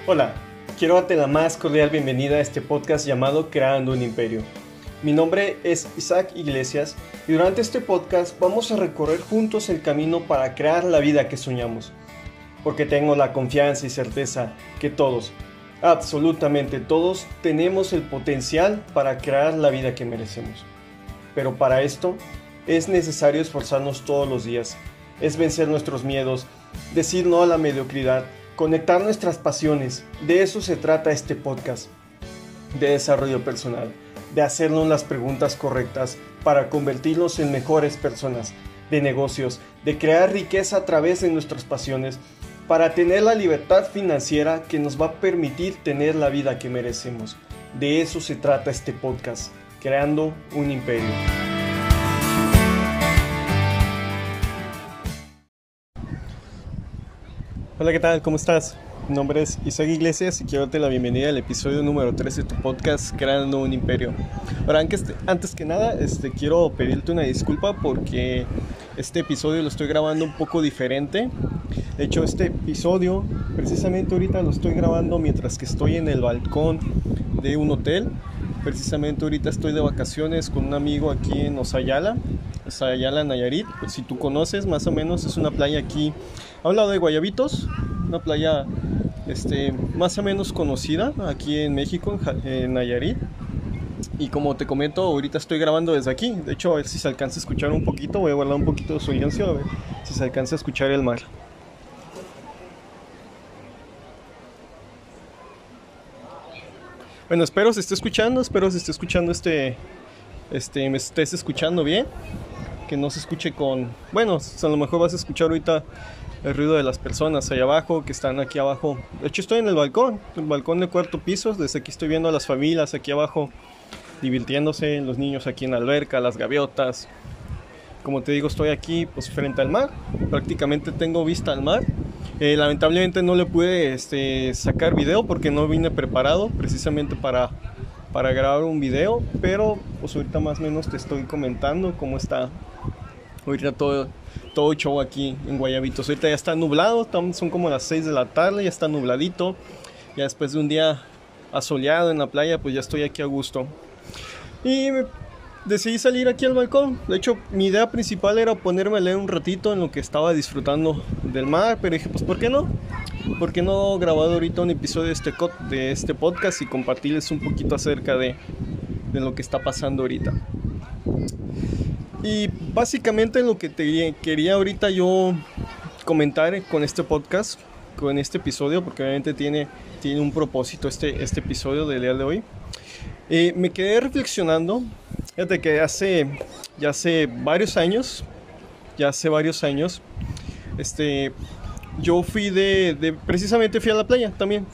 Hola, quiero darte la más cordial bienvenida a este podcast llamado Creando un Imperio. Mi nombre es Isaac Iglesias y durante este podcast vamos a recorrer juntos el camino para crear la vida que soñamos. Porque tengo la confianza y certeza que todos, absolutamente todos, tenemos el potencial para crear la vida que merecemos. Pero para esto es necesario esforzarnos todos los días, es vencer nuestros miedos, decir no a la mediocridad, conectar nuestras pasiones. De eso se trata este podcast, de desarrollo personal, de hacernos las preguntas correctas para convertirnos en mejores personas, de negocios, de crear riqueza a través de nuestras pasiones, para tener la libertad financiera que nos va a permitir tener la vida que merecemos. De eso se trata este podcast, Creando un Imperio. Hola, ¿qué tal? ¿Cómo estás? Mi nombre es Isaac Iglesias y quiero darte la bienvenida al episodio número 3 de tu podcast Creando un Imperio. Ahora, antes que nada, quiero pedirte una disculpa porque este episodio lo estoy grabando un poco diferente. De hecho, este episodio precisamente ahorita lo estoy grabando mientras que estoy en el balcón de un hotel. Precisamente ahorita estoy de vacaciones con un amigo aquí en Osayala, Nayarit. Pues si tú conoces, más o menos es una playa aquí a un lado de Guayabitos, una playa más o menos conocida aquí en México, en Nayarit. Y como te comento, ahorita estoy grabando desde aquí. De hecho, a ver si se alcanza a escuchar un poquito. Voy a guardar un poquito de silencio, a ver si se alcanza a escuchar el mar. Bueno, espero se esté escuchando, me estés escuchando bien, que no se escuche bueno, a lo mejor vas a escuchar ahorita el ruido de las personas allá abajo, que están aquí abajo. De hecho, estoy en el balcón del cuarto piso. Desde aquí estoy viendo a las familias aquí abajo divirtiéndose, los niños aquí en la alberca, las gaviotas. Como te digo, estoy aquí pues frente al mar, prácticamente tengo vista al mar. Lamentablemente no le pude sacar video porque no vine preparado precisamente para grabar un video, pero pues ahorita más o menos te estoy comentando cómo está ahorita todo show aquí en Guayabitos. Ahorita ya está nublado, son como las 6 de la tarde, ya está nubladito. Ya después de un día asoleado en la playa, pues ya estoy aquí a gusto. Y decidí salir aquí al balcón. De hecho, mi idea principal era ponerme a leer un ratito en lo que estaba disfrutando del mar, pero dije, pues ¿por qué no? ¿Por qué no grabar ahorita un episodio de este podcast y compartirles un poquito acerca de lo que está pasando ahorita? Y básicamente lo que quería ahorita yo comentar con este podcast, con este episodio, porque obviamente tiene un propósito este episodio del día de hoy. Me quedé reflexionando, fíjate que ya hace varios años, yo precisamente fui a la playa también,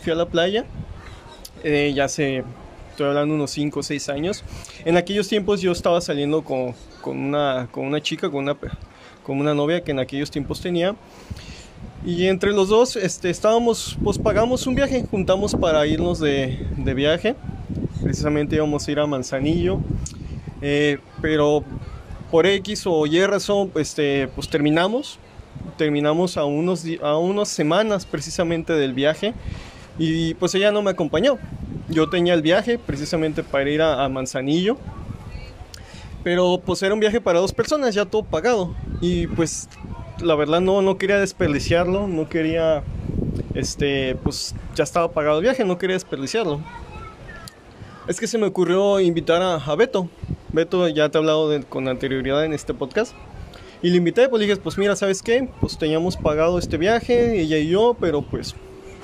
estoy hablando unos 5 o 6 años. En aquellos tiempos yo estaba saliendo con una chica, con una novia que en aquellos tiempos tenía. Y entre los dos pues pagamos un viaje, juntamos para irnos de viaje. Precisamente íbamos a ir a Manzanillo, pero por X o Y razón, pues terminamos a unas semanas precisamente del viaje, y pues ella no me acompañó. Yo tenía el viaje precisamente para ir a Manzanillo, pero pues era un viaje para 2 personas, ya todo pagado, y pues la verdad no quería desperdiciarlo, no quería, pues ya estaba pagado el viaje, no quería desperdiciarlo. Es que se me ocurrió invitar a Beto. Beto, ya te he hablado con anterioridad en este podcast. Y le invité, pues le dije, pues mira, ¿sabes qué? Pues teníamos pagado este viaje, ella y yo, pero pues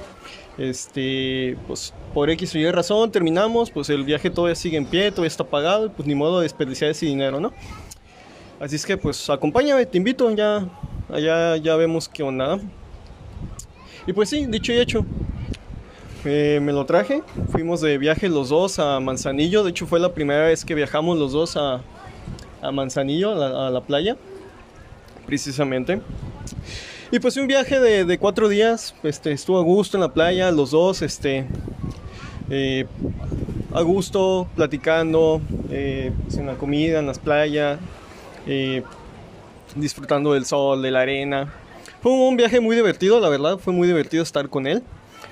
pues por X o Y razón terminamos, pues el viaje todavía sigue en pie, todavía está pagado, y pues ni modo de desperdiciar ese dinero, ¿no? Así es que pues acompáñame, te invito, ya vemos qué onda. Y pues sí, dicho y hecho, me lo traje, fuimos de viaje los dos a Manzanillo. De hecho fue la primera vez que viajamos los dos a Manzanillo, a la playa, precisamente. Y pues un viaje de 4 días, estuvo a gusto en la playa, los dos, a gusto, platicando, pues en la comida, en las playas, disfrutando del sol, de la arena. Fue un viaje muy divertido, la verdad, fue muy divertido estar con él.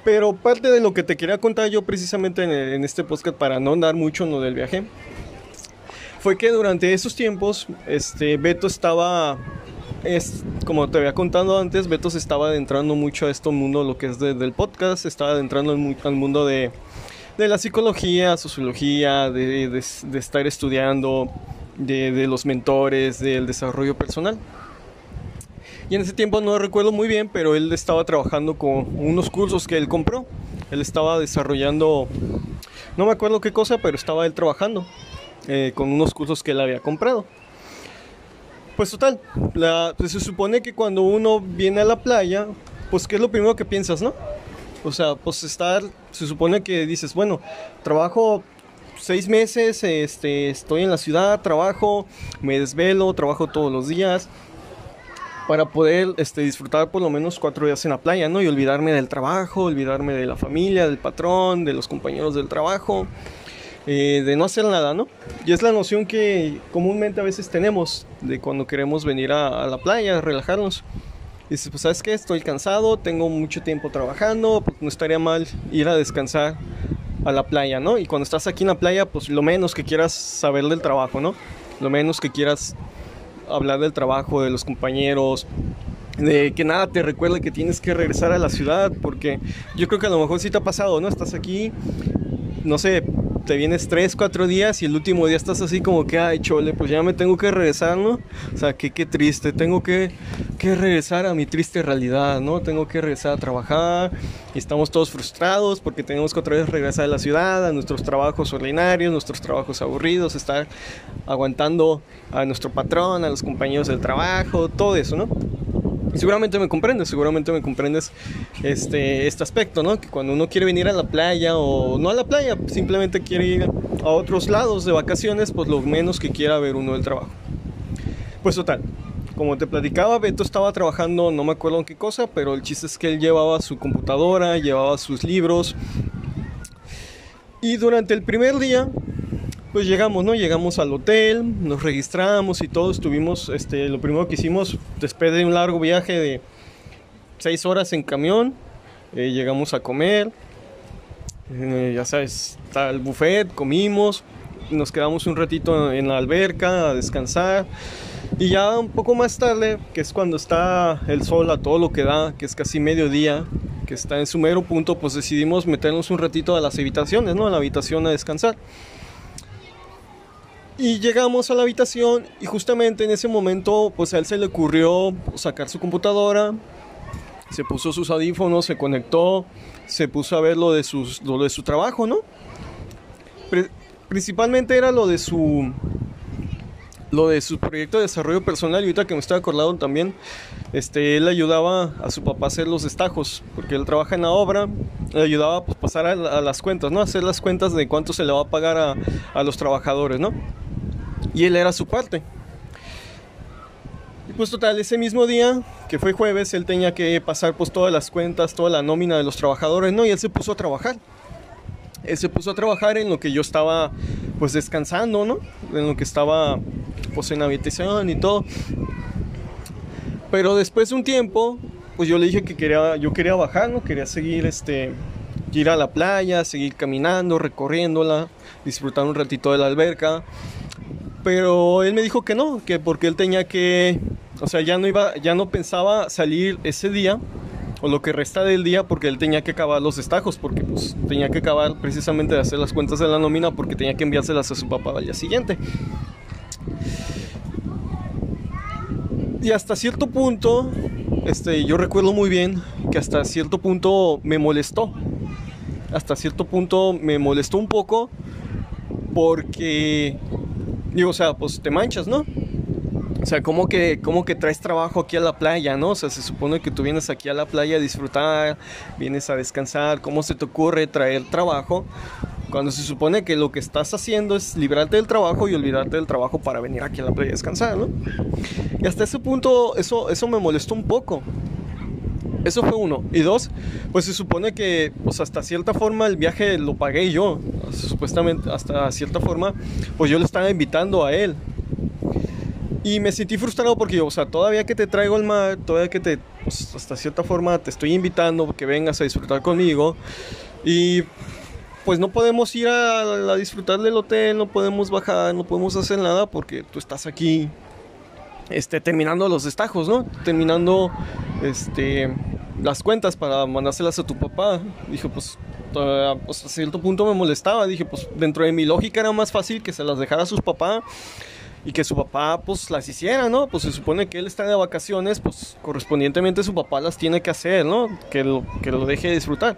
Pero parte de lo que te quería contar yo precisamente en este podcast, para no andar mucho en lo del viaje, fue que durante esos tiempos, Beto estaba, como te había contado antes, Beto se estaba adentrando mucho a este mundo, lo que es del podcast, estaba adentrando al mundo de la psicología, sociología, de estar estudiando, de los mentores, del desarrollo personal. Y en ese tiempo no recuerdo muy bien, pero él estaba trabajando con unos cursos que él compró. Él estaba desarrollando, no me acuerdo qué cosa, pero estaba él trabajando con unos cursos que él había comprado. Pues total, pues se supone que cuando uno viene a la playa, pues ¿qué es lo primero que piensas, no? O sea, pues se supone que dices, bueno, trabajo 6 meses, estoy en la ciudad, trabajo, me desvelo, trabajo todos los días para poder disfrutar por lo menos 4 días en la playa, ¿no? Y olvidarme del trabajo, olvidarme de la familia, del patrón, de los compañeros del trabajo, de no hacer nada, ¿no? Y es la noción que comúnmente a veces tenemos de cuando queremos venir a la playa, a relajarnos. Dices, pues ¿sabes qué? Estoy cansado, tengo mucho tiempo trabajando, pues no estaría mal ir a descansar a la playa, ¿no? Y cuando estás aquí en la playa, pues lo menos que quieras saber del trabajo, ¿no? Lo menos que quieras hablar del trabajo, de los compañeros, de que nada te recuerde que tienes que regresar a la ciudad, porque yo creo que a lo mejor sí te ha pasado, ¿no? Estás aquí, no sé, te vienes 3, 4 días y el último día estás así como que, ay, chole, pues ya me tengo que regresar, ¿no? O sea, qué triste, tengo que regresar a mi triste realidad, ¿no? Tengo que regresar a trabajar y estamos todos frustrados porque tenemos que otra vez regresar a la ciudad, a nuestros trabajos ordinarios, nuestros trabajos aburridos, estar aguantando a nuestro patrón, a los compañeros del trabajo, todo eso, ¿no? Y seguramente me comprendes este aspecto, ¿no? Que cuando uno quiere venir a la playa, o no a la playa, simplemente quiere ir a otros lados de vacaciones, pues lo menos que quiera ver uno del trabajo. Pues total, como te platicaba, Beto estaba trabajando, no me acuerdo en qué cosa, pero el chiste es que él llevaba su computadora, llevaba sus libros. Y durante el primer día, pues llegamos, ¿no? Llegamos al hotel, nos registramos y todo. Estuvimos, lo primero que hicimos, después de un largo viaje de 6 horas en camión, llegamos a comer. Ya sabes, está el buffet, comimos, nos quedamos un ratito en la alberca a descansar. Y ya un poco más tarde, que es cuando está el sol a todo lo que da, que es casi mediodía, que está en su mero punto, pues decidimos meternos un ratito a las habitaciones, ¿no? A la habitación a descansar. Y llegamos a la habitación y justamente en ese momento pues a él se le ocurrió sacar su computadora, se puso sus audífonos, se conectó, se puso a ver lo de su trabajo, ¿no? Principalmente era lo de su proyecto de desarrollo personal. Y ahorita que me estoy acordando también, él ayudaba a su papá a hacer los destajos, porque él trabaja en la obra, le ayudaba pues pasar a las cuentas, ¿no? Hacer las cuentas de cuánto se le va a pagar a los trabajadores, ¿no? Y él era su parte. Y pues total, ese mismo día, que fue jueves, él tenía que pasar pues todas las cuentas, toda la nómina de los trabajadores, ¿no? Y él se puso a trabajar. Él se puso a trabajar en lo que yo estaba pues descansando, ¿no? En lo que estaba pues en la habitación y todo. Pero después de un tiempo, pues yo le dije que yo quería bajar, ¿no? Quería seguir, ir a la playa, seguir caminando, recorriéndola, disfrutar un ratito de la alberca. Pero él me dijo que no, que porque él tenía que, o sea, ya no pensaba salir ese día o lo que resta del día, porque él tenía que acabar los destajos, porque pues tenía que acabar precisamente de hacer las cuentas de la nómina, porque tenía que enviárselas a su papá al día siguiente. Y hasta cierto punto, yo recuerdo muy bien que hasta cierto punto me molestó. Hasta cierto punto me molestó un poco, porque digo, o sea, pues te manchas, ¿no? O sea, ¿cómo que traes trabajo aquí a la playa, no? O sea, se supone que tú vienes aquí a la playa a disfrutar, vienes a descansar. ¿Cómo se te ocurre traer trabajo cuando se supone que lo que estás haciendo es librarte del trabajo y olvidarte del trabajo para venir aquí a la playa a descansar, ¿no? Y hasta ese punto eso me molestó un poco. Eso fue uno. Y dos, pues se supone que pues hasta cierta forma el viaje lo pagué yo. Supuestamente hasta cierta forma pues yo le estaba invitando a él. Y me sentí frustrado porque, o sea, todavía que te traigo al mar, todavía que pues, hasta cierta forma te estoy invitando que vengas a disfrutar conmigo. Y pues no podemos ir a disfrutar del hotel, no podemos bajar, no podemos hacer nada porque tú estás aquí, terminando los destajos, ¿no? Terminando, las cuentas para mandárselas a tu papá. Dije, pues a cierto punto me molestaba. Dije, pues dentro de mi lógica era más fácil que se las dejara a sus papás y que su papá pues las hiciera, ¿no? Pues se supone que él está de vacaciones, pues correspondientemente su papá las tiene que hacer, ¿no? Que lo deje disfrutar.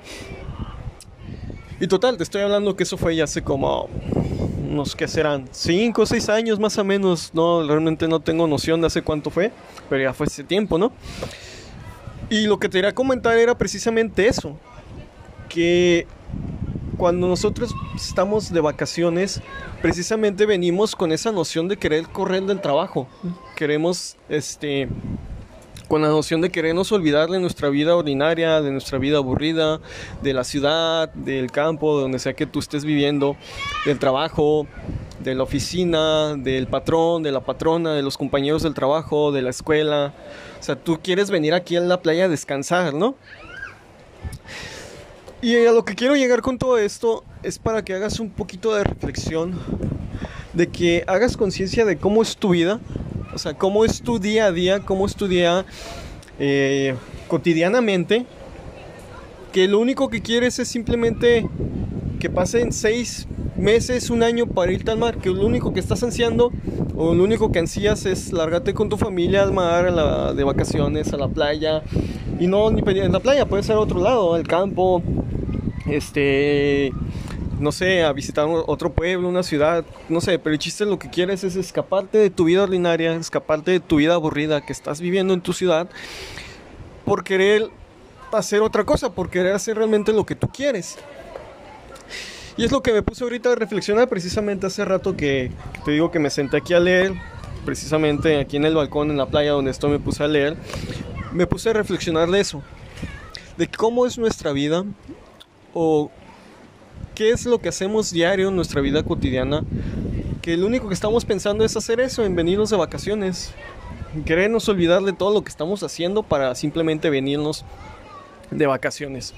Y total, te estoy hablando que eso fue ya hace como unos, ¿qué serán? 5 o 6 años más o menos. No, realmente no tengo noción de hace cuánto fue, pero ya fue ese tiempo, ¿no? Y lo que te quería comentar era precisamente eso, que cuando nosotros estamos de vacaciones, precisamente venimos con esa noción de querer correr del trabajo. Queremos, con la noción de querernos olvidar de nuestra vida ordinaria, de nuestra vida aburrida, de la ciudad, del campo, de donde sea que tú estés viviendo, del trabajo, de la oficina, del patrón, de la patrona, de los compañeros del trabajo, de la escuela. O sea, tú quieres venir aquí a la playa a descansar, ¿no? Y a lo que quiero llegar con todo esto es para que hagas un poquito de reflexión, de que hagas conciencia de cómo es tu vida, o sea, cómo es tu día a día, cómo es tu día cotidianamente, que lo único que quieres es simplemente que pasen 6 meses, un año para irte al mar, que lo único que estás ansiando o lo único que ansías es largarte con tu familia al mar, de vacaciones, a la playa. Y no ni en la playa, puede ser a otro lado, al campo, no sé, a visitar otro pueblo, una ciudad, no sé, pero el chiste lo que quieres es escaparte de tu vida ordinaria, escaparte de tu vida aburrida que estás viviendo en tu ciudad, por querer hacer otra cosa, por querer hacer realmente lo que tú quieres. Y es lo que me puse ahorita a reflexionar precisamente hace rato que te digo que me senté aquí a leer, precisamente aquí en el balcón, en la playa donde estoy me puse a leer. Me puse a reflexionar de eso, de cómo es nuestra vida o qué es lo que hacemos diario en nuestra vida cotidiana, que lo único que estamos pensando es hacer eso, en venirnos de vacaciones, en querernos olvidar de todo lo que estamos haciendo para simplemente venirnos de vacaciones.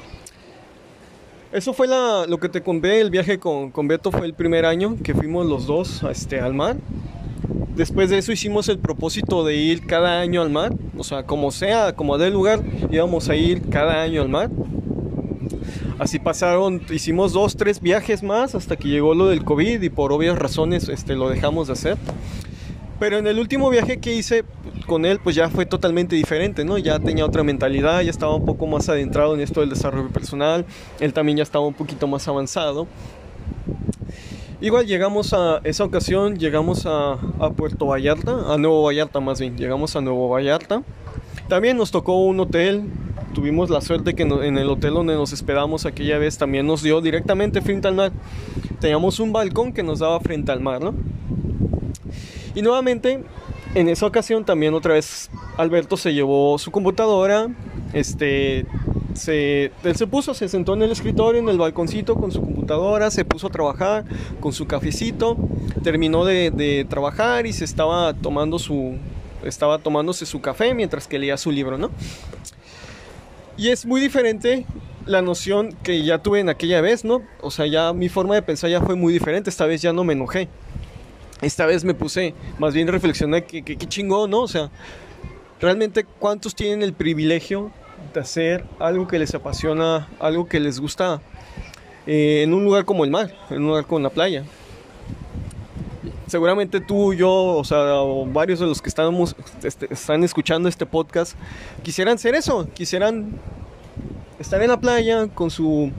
Eso fue lo que te conté, el viaje con Beto fue el primer año que fuimos los dos al mar. Después de eso hicimos el propósito de ir cada año al mar, o sea, como dé lugar, íbamos a ir cada año al mar. Así hicimos 2-3 viajes más hasta que llegó lo del COVID y por obvias razones lo dejamos de hacer. Pero en el último viaje que hice con él, pues ya fue totalmente diferente, ¿no? Ya tenía otra mentalidad, ya estaba un poco más adentrado en esto del desarrollo personal, él también ya estaba un poquito más avanzado. Igual llegamos a esa ocasión, llegamos a Puerto Vallarta, a Nuevo Vallarta más bien, llegamos a Nuevo Vallarta. También nos tocó un hotel, tuvimos la suerte que en el hotel donde nos hospedamos aquella vez también nos dio directamente frente al mar. Teníamos un balcón que nos daba frente al mar, ¿no? Y nuevamente, en esa ocasión también otra vez Alberto se llevó su computadora, él se sentó en el escritorio, en el balconcito con su computadora, se puso a trabajar con su cafecito, terminó de trabajar y estaba tomándose su café mientras que leía su libro, ¿no? Y es muy diferente la noción que ya tuve en aquella vez, ¿no? O sea, ya mi forma de pensar ya fue muy diferente, esta vez ya no me enojé. Esta vez me puse, más bien reflexioné que chingón, ¿no? O sea, realmente cuántos tienen el privilegio de hacer algo que les apasiona, algo que les gusta en un lugar como el mar, en un lugar como la playa. Seguramente tú, yo, o varios de los que están escuchando este podcast quisieran hacer eso, quisieran estar en la playa con su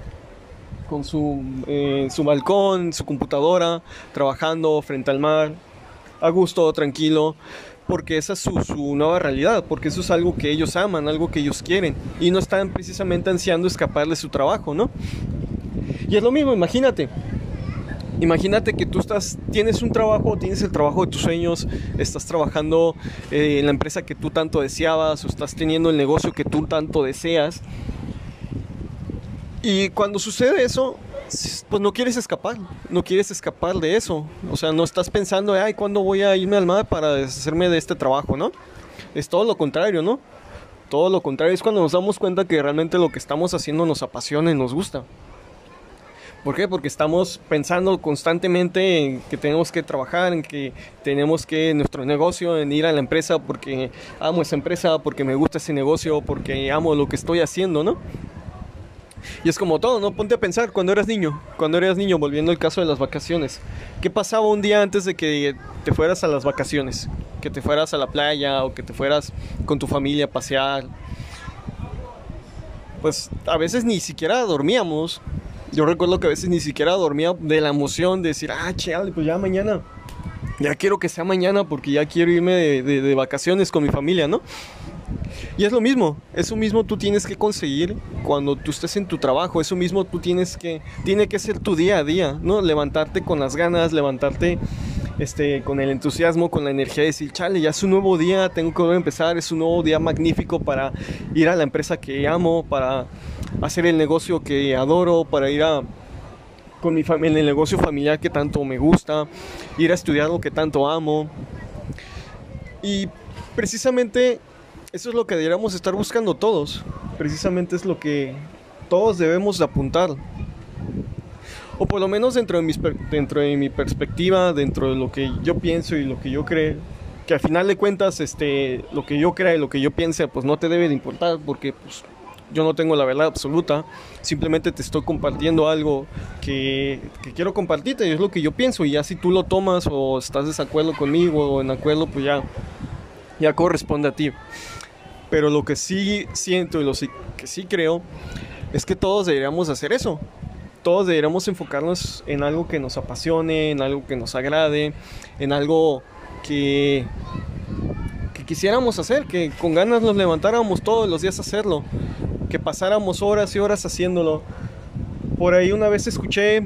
balcón, su computadora, trabajando frente al mar, a gusto, tranquilo, porque esa es su nueva realidad, porque eso es algo que ellos aman, algo que ellos quieren, y no están precisamente ansiando escapar de su trabajo, ¿no? Y es lo mismo, imagínate que tú tienes un trabajo, tienes el trabajo de tus sueños, estás trabajando en la empresa que tú tanto deseabas, o estás teniendo el negocio que tú tanto deseas. Y cuando sucede eso, pues no quieres escapar de eso. O sea, no estás pensando, ay, ¿cuándo voy a irme al mar para deshacerme de este trabajo, no? Es todo lo contrario, ¿no? Todo lo contrario, es cuando nos damos cuenta que realmente lo que estamos haciendo nos apasiona y nos gusta. ¿Por qué? Porque estamos pensando constantemente en que tenemos que trabajar, en que tenemos que nuestro negocio, en ir a la empresa porque amo esa empresa, porque me gusta ese negocio, porque amo lo que estoy haciendo, ¿no? Y es como todo, ¿no? Ponte a pensar cuando eras niño, volviendo al caso de las vacaciones. ¿Qué pasaba un día antes de que te fueras a las vacaciones? Que te fueras a la playa o que te fueras con tu familia a pasear. Pues a veces ni siquiera dormíamos. Yo recuerdo que a veces ni siquiera dormía de la emoción de decir, chale, pues ya mañana. Ya quiero que sea mañana porque ya quiero irme de vacaciones con mi familia, ¿no? Y es lo mismo, eso mismo tú tienes que conseguir cuando tú estés en tu trabajo, eso mismo tú tiene que ser tu día a día, ¿no? Levantarte con las ganas, levantarte con el entusiasmo, con la energía de decir, chale, ya es un nuevo día, tengo que volver a empezar, es un nuevo día magnífico para ir a la empresa que amo, para hacer el negocio que adoro, para ir con mi familia, en el negocio familiar que tanto me gusta, ir a estudiar lo que tanto amo. Y precisamente eso es lo que deberíamos estar buscando todos. Precisamente es lo que todos debemos de apuntar. O por lo menos dentro de mi perspectiva, dentro de lo que yo pienso y lo que yo creo. Que al final de cuentas, lo que yo crea y lo que yo piense, pues no te debe de importar porque pues yo no tengo la verdad absoluta. Simplemente te estoy compartiendo algo que quiero compartirte y es lo que yo pienso. Y ya si tú lo tomas o estás de desacuerdo conmigo o en acuerdo, pues ya corresponde a ti. Pero lo que sí siento y lo que sí creo es que todos deberíamos hacer eso. Todos deberíamos enfocarnos en algo que nos apasione, en algo que nos agrade, en algo que quisiéramos hacer, que con ganas nos levantáramos todos los días a hacerlo, que pasáramos horas y horas haciéndolo. Por ahí una vez escuché,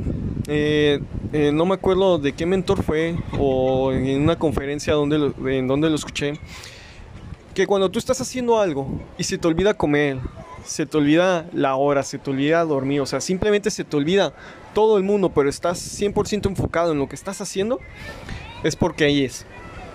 no me acuerdo de qué mentor fue o en una conferencia en donde lo escuché, que cuando tú estás haciendo algo y se te olvida comer, se te olvida la hora, se te olvida dormir, o sea, simplemente se te olvida todo el mundo, pero estás 100% enfocado en lo que estás haciendo, es porque ahí es.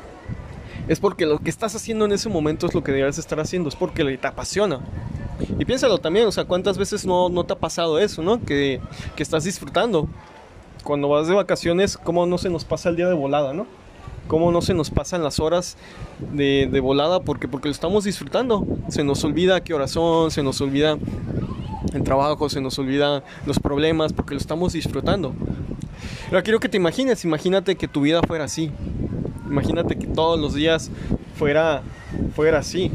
Es porque lo que estás haciendo en ese momento es lo que deberías estar haciendo, es porque te apasiona. Y piénsalo también, o sea, ¿cuántas veces no te ha pasado eso, no? Que estás disfrutando. Cuando vas de vacaciones, ¿cómo no se nos pasa el día de volada, no? ¿Cómo no se nos pasan las horas de volada? Porque lo estamos disfrutando. Se nos olvida qué horas son, se nos olvida el trabajo, se nos olvida los problemas, porque lo estamos disfrutando. Pero quiero que te imagínate que tu vida fuera así. Imagínate que todos los días fuera así.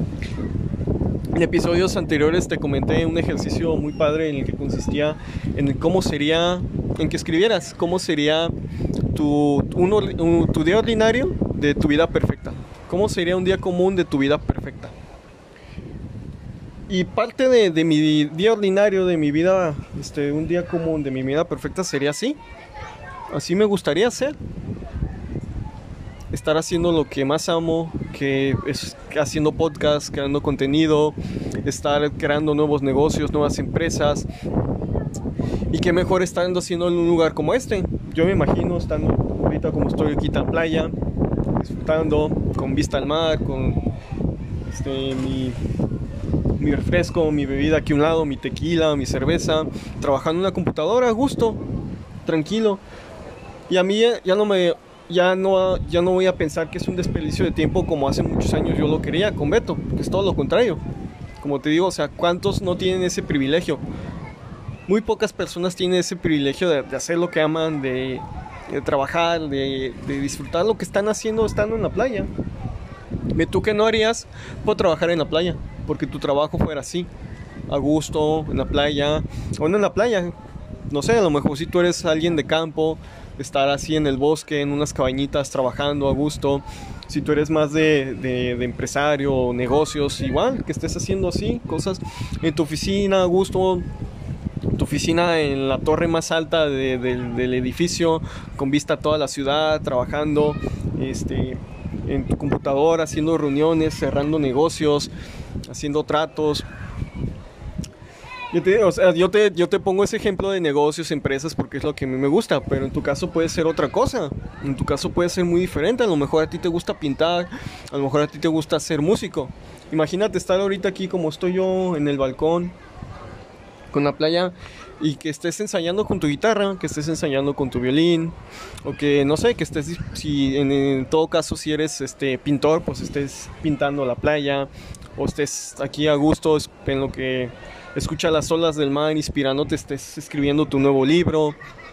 En episodios anteriores te comenté un ejercicio muy padre en el que consistía en en que escribieras cómo sería tu día ordinario de tu vida perfecta. ¿Cómo sería un día común de tu vida perfecta? Y parte de mi día ordinario, de mi vida, un día común de mi vida perfecta sería así. Así me gustaría ser. Estar haciendo lo que más amo, que es haciendo podcast, creando contenido, estar creando nuevos negocios, nuevas empresas. Y qué mejor estando haciendo en un lugar como este. Yo me imagino estando ahorita como estoy aquí en la playa, disfrutando, con vista al mar, con mi refresco, mi bebida aquí a un lado, mi tequila, mi cerveza, trabajando en una computadora a gusto, tranquilo. Y a mí ya no voy a pensar que es un desperdicio de tiempo como hace muchos años yo lo quería con Beto, que es todo lo contrario. Como te digo, o sea, ¿cuántos no tienen ese privilegio? Muy pocas personas tienen ese privilegio de hacer lo que aman, de trabajar, de disfrutar lo que están haciendo estando en la playa. ¿Tú qué no harías por trabajar en la playa? Porque tu trabajo fuera así, a gusto, en la playa, o no en la playa. No sé, a lo mejor si tú eres alguien de campo, estar así en el bosque, en unas cabañitas, trabajando a gusto. Si tú eres más de empresario o negocios, igual, que estés haciendo así, cosas en tu oficina a gusto, tu oficina en la torre más alta del edificio, con vista a toda la ciudad, trabajando, en tu computadora, haciendo reuniones, cerrando negocios, haciendo tratos. Yo te pongo ese ejemplo de negocios, empresas, porque es lo que a mí me gusta, pero en tu caso puede ser otra cosa. En tu caso puede ser muy diferente. A lo mejor a ti te gusta pintar, a lo mejor a ti te gusta ser músico. Imagínate estar ahorita aquí como estoy yo en el balcón, con la playa, y que estés ensayando con tu guitarra, que estés ensayando con tu violín, o que no sé, que estés, si en todo caso si eres pintor, pues estés pintando la playa, o estés aquí a gusto en lo que escucha las olas del mar inspirándote, estés escribiendo tu nuevo libro,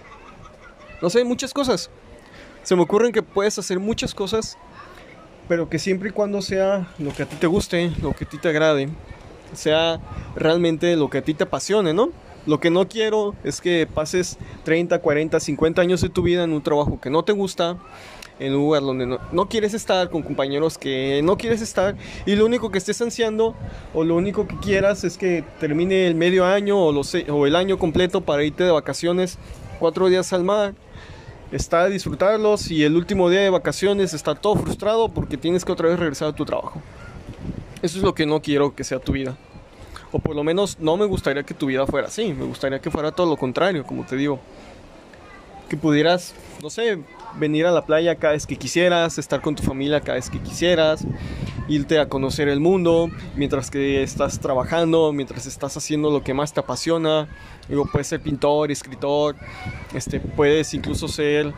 no sé, muchas cosas. Se me ocurren que puedes hacer muchas cosas, pero que siempre y cuando sea lo que a ti te guste, lo que a ti te agrade, sea realmente lo que a ti te apasione, ¿no? Lo que no quiero es que pases 30, 40, 50 años de tu vida en un trabajo que no te gusta, en un lugar donde no quieres estar, con compañeros que no quieres estar, y lo único que estés ansiando o lo único que quieras es que termine el medio año o el año completo para irte de vacaciones 4 días al mar, está a disfrutarlos, y el último día de vacaciones está todo frustrado porque tienes que otra vez regresar a tu trabajo. Eso es lo que no quiero que sea tu vida. O por lo menos no me gustaría que tu vida fuera así. Me gustaría que fuera todo lo contrario, como te digo. Que pudieras, no sé, venir a la playa cada vez que quisieras, estar con tu familia cada vez que quisieras, irte a conocer el mundo mientras que estás trabajando, mientras estás haciendo lo que más te apasiona. Digo, puedes ser pintor, escritor, puedes incluso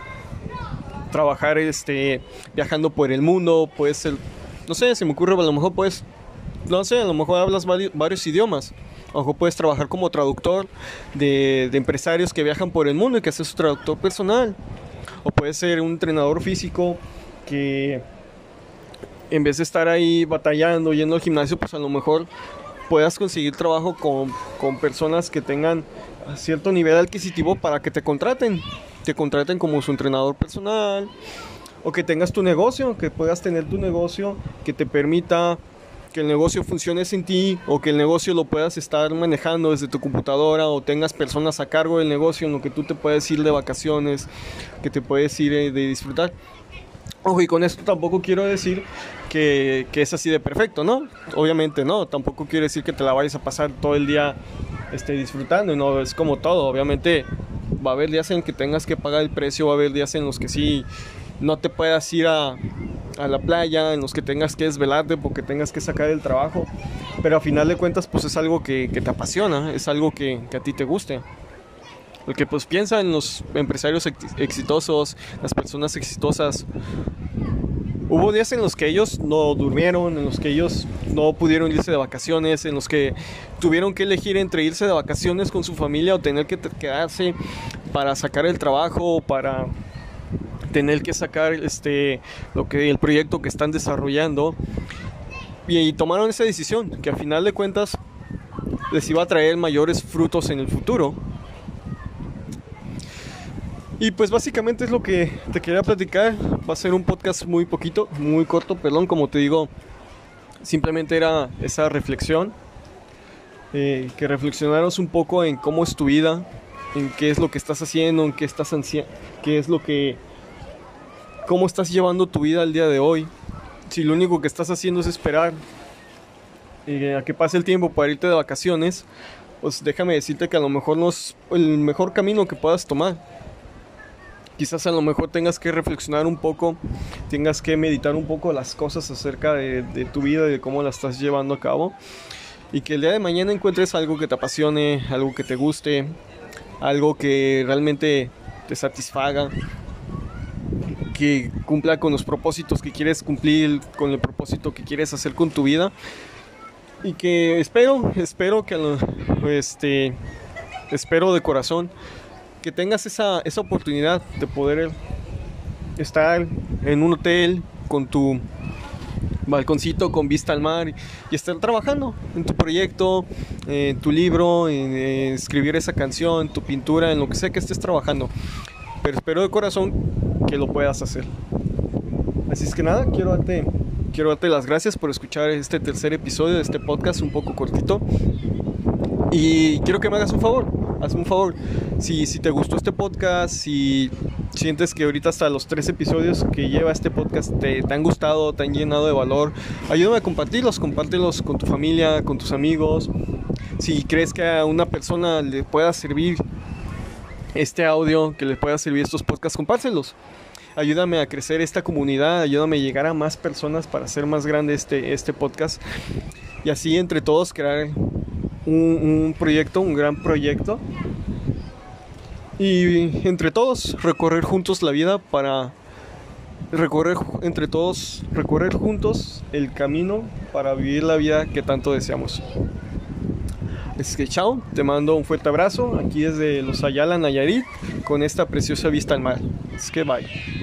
trabajar viajando por el mundo, puedes ser, no sé, se me ocurre, a lo mejor puedes, no sé, a lo mejor hablas varios idiomas. A lo mejor puedes trabajar como traductor de empresarios que viajan por el mundo y que haces su traductor personal. O puedes ser un entrenador físico que en vez de estar ahí batallando, yendo al gimnasio, pues a lo mejor puedas conseguir trabajo con personas que tengan cierto nivel adquisitivo para que te contraten. Te contraten como su entrenador personal. O que tengas tu negocio, que puedas tener tu negocio que te permita que el negocio funcione sin ti, o que el negocio lo puedas estar manejando desde tu computadora, o tengas personas a cargo del negocio en lo que tú te puedes ir de vacaciones, que te puedes ir de disfrutar. Ojo, y con esto tampoco quiero decir que es así de perfecto, ¿no? Obviamente no, tampoco quiero decir que te la vayas a pasar todo el día disfrutando, no, es como todo, obviamente va a haber días en que tengas que pagar el precio, va a haber días en los que sí no te puedas ir a la playa, en los que tengas que desvelarte porque tengas que sacar el trabajo, pero a final de cuentas pues es algo que te apasiona, es algo que a ti te guste. Porque pues piensa en los empresarios exitosos, las personas exitosas. Hubo días en los que ellos no durmieron, en los que ellos no pudieron irse de vacaciones, en los que tuvieron que elegir entre irse de vacaciones con su familia o tener que quedarse para sacar el trabajo, para tener que sacar el proyecto que están desarrollando, y tomaron esa decisión que a final de cuentas les iba a traer mayores frutos en el futuro. Y pues básicamente es lo que te quería platicar. Va a ser un podcast muy corto, como te digo, simplemente era esa reflexión, que reflexionaros un poco en cómo es tu vida, en qué es lo que estás haciendo, en qué estás cómo estás llevando tu vida al día de hoy. Si lo único que estás haciendo es esperar a que pase el tiempo para irte de vacaciones, pues déjame decirte que a lo mejor no es el mejor camino que puedas tomar. Quizás a lo mejor tengas que reflexionar un poco, tengas que meditar un poco las cosas acerca de tu vida y de cómo la estás llevando a cabo, y que el día de mañana encuentres algo que te apasione, algo que te guste, algo que realmente te satisfaga, que cumpla con los propósitos que quieres cumplir, con el propósito que quieres hacer con tu vida, y que espero que espero de corazón que tengas esa oportunidad de poder estar en un hotel con tu balconcito con vista al mar y estar trabajando en tu proyecto, en tu libro, en escribir esa canción, tu pintura, en lo que sea que estés trabajando. Pero espero de corazón que lo puedas hacer. Así es que nada, quiero darte las gracias por escuchar este tercer episodio de este podcast un poco cortito. Y quiero que me hagas un favor. Hazme un favor, si te gustó este podcast, si sientes que ahorita hasta los 3 episodios que lleva este podcast te han gustado, te han llenado de valor, ayúdame a compártelos con tu familia, con tus amigos, Si crees que a una persona le pueda servir este audio, que le pueda servir estos podcasts, compárselos. Ayúdame a crecer esta comunidad, ayúdame a llegar a más personas para hacer más grande este podcast. Y así entre todos crear un proyecto, un gran proyecto. Y entre todos recorrer juntos la vida para recorrer juntos el camino para vivir la vida que tanto deseamos. Así que chao, te mando un fuerte abrazo aquí desde Los Ayala, Nayarit, con esta preciosa vista al mar. Es que bye.